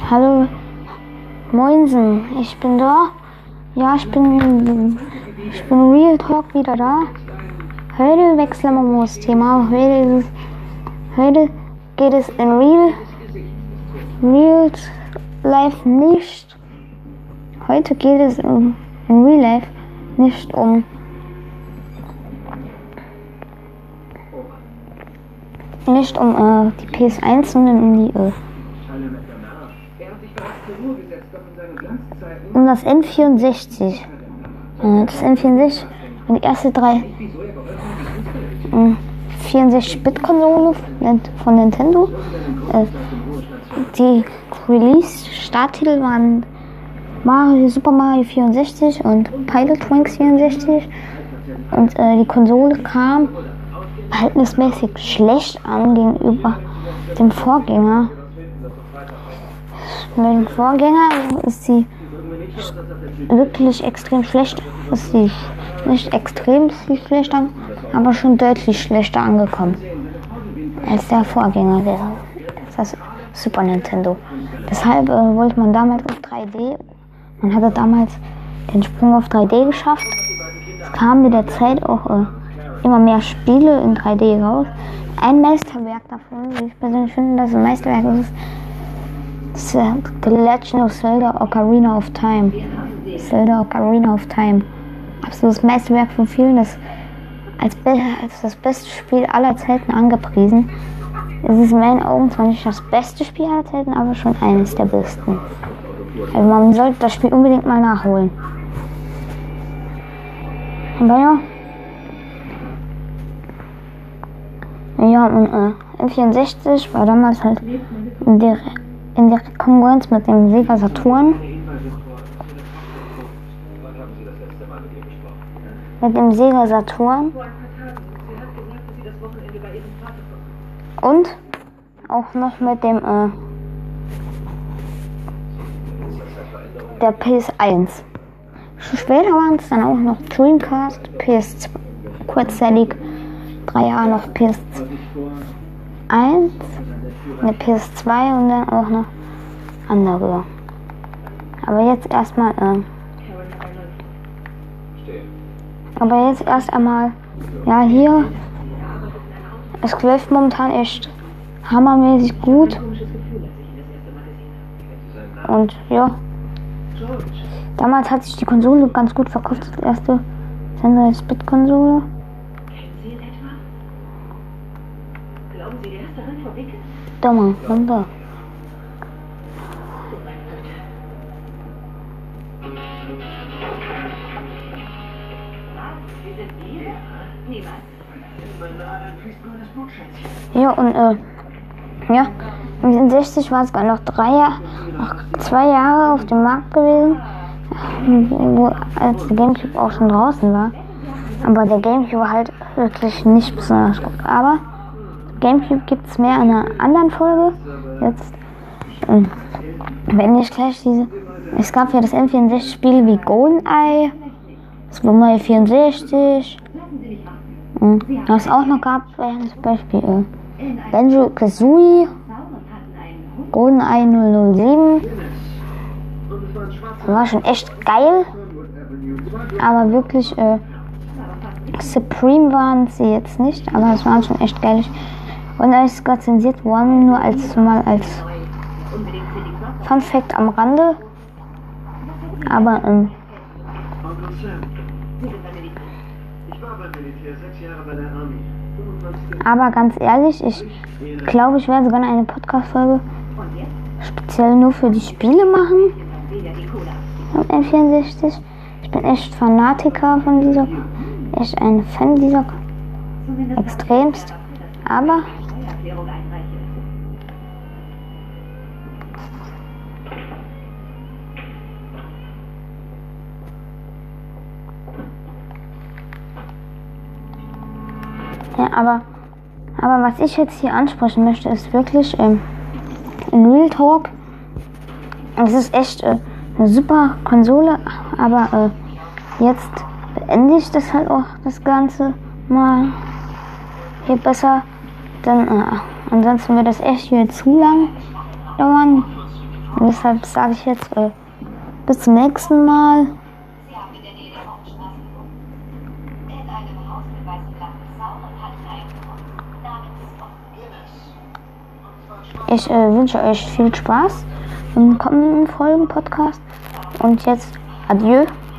Hallo, Moinsen, ich bin da. Ja, ich bin Real Talk wieder da. Heute wechseln wir mal das Thema. Heute geht es in Real Life nicht. Heute geht es in Real Life nicht um die PS1, sondern um das N64. Das N64 und die erste 64-Bit-Konsole von Nintendo. Die Release-Starttitel waren Super Mario 64 und Pilot Wings 64. Und die Konsole kam verhältnismäßig schlecht an gegenüber dem Vorgänger. Mit dem Vorgänger ist sie wirklich extrem schlecht. Ist sie nicht extrem schlecht an, aber schon deutlich schlechter angekommen als der Vorgänger, das Super Nintendo. Deshalb wollte man damals auf 3D. Man hatte damals den Sprung auf 3D geschafft. Es kamen mit der Zeit auch immer mehr Spiele in 3D raus. Ein Meisterwerk davon, wie ich persönlich finde, das Meisterwerk ist The Legend of Zelda Ocarina of Time. Zelda Ocarina of Time. Absolutes Meisterwerk von vielen, das als das beste Spiel aller Zeiten angepriesen. Es ist in meinen Augen zwar nicht das beste Spiel aller Zeiten, aber schon eines der besten. Also man sollte das Spiel unbedingt mal nachholen. Aber ja, und N64 war damals halt in der Konkurrenz mit dem Sega Saturn. Und auch noch mit dem der PS1. Später waren es dann auch noch Dreamcast, PS2, kurzzeitig 3 Jahre noch PS1, eine PS2 und dann auch noch andere. Aber jetzt erst einmal, ja, hier, es läuft momentan echt hammermäßig gut. Und ja, damals hat sich die Konsole ganz gut verkauft, das erste 64-Bit-Konsole. Da mal, da. Ja, und ja, im 64 war es gar noch 2 Jahre auf dem Markt gewesen, als der Gamecube auch schon draußen war. Aber der Gamecube war halt wirklich nicht besonders gut. Aber Gamecube gibt es mehr in einer anderen Folge. Jetzt wenn ich gleich es gab ja das N64-Spiele wie GoldenEye, Super Mario 64, was es auch noch gab, wären zum Beispiel Banjo-Kazooie, GoldenEye 007. Das war schon echt geil, aber wirklich Supreme waren sie jetzt nicht, aber es waren schon echt geil. Und da ist gerade zensiert worden, nur als Fun Fact am Rande. Aber ganz ehrlich, ich glaube, ich werde sogar eine Podcast-Folge speziell nur für die Spiele machen. N64. Ich bin echt Fanatiker von dieser, echt ein Fan dieser extremst. Aber ja, aber was ich jetzt hier ansprechen möchte, ist wirklich in Real Talk. Es ist echt eine super Konsole, aber jetzt beende ich das halt auch das Ganze mal hier besser. Dann ansonsten wird das echt hier zu lang dauern. Und deshalb sage ich jetzt bis zum nächsten Mal. Ich wünsche euch viel Spaß im kommenden Folgen-Podcast. Und jetzt adieu.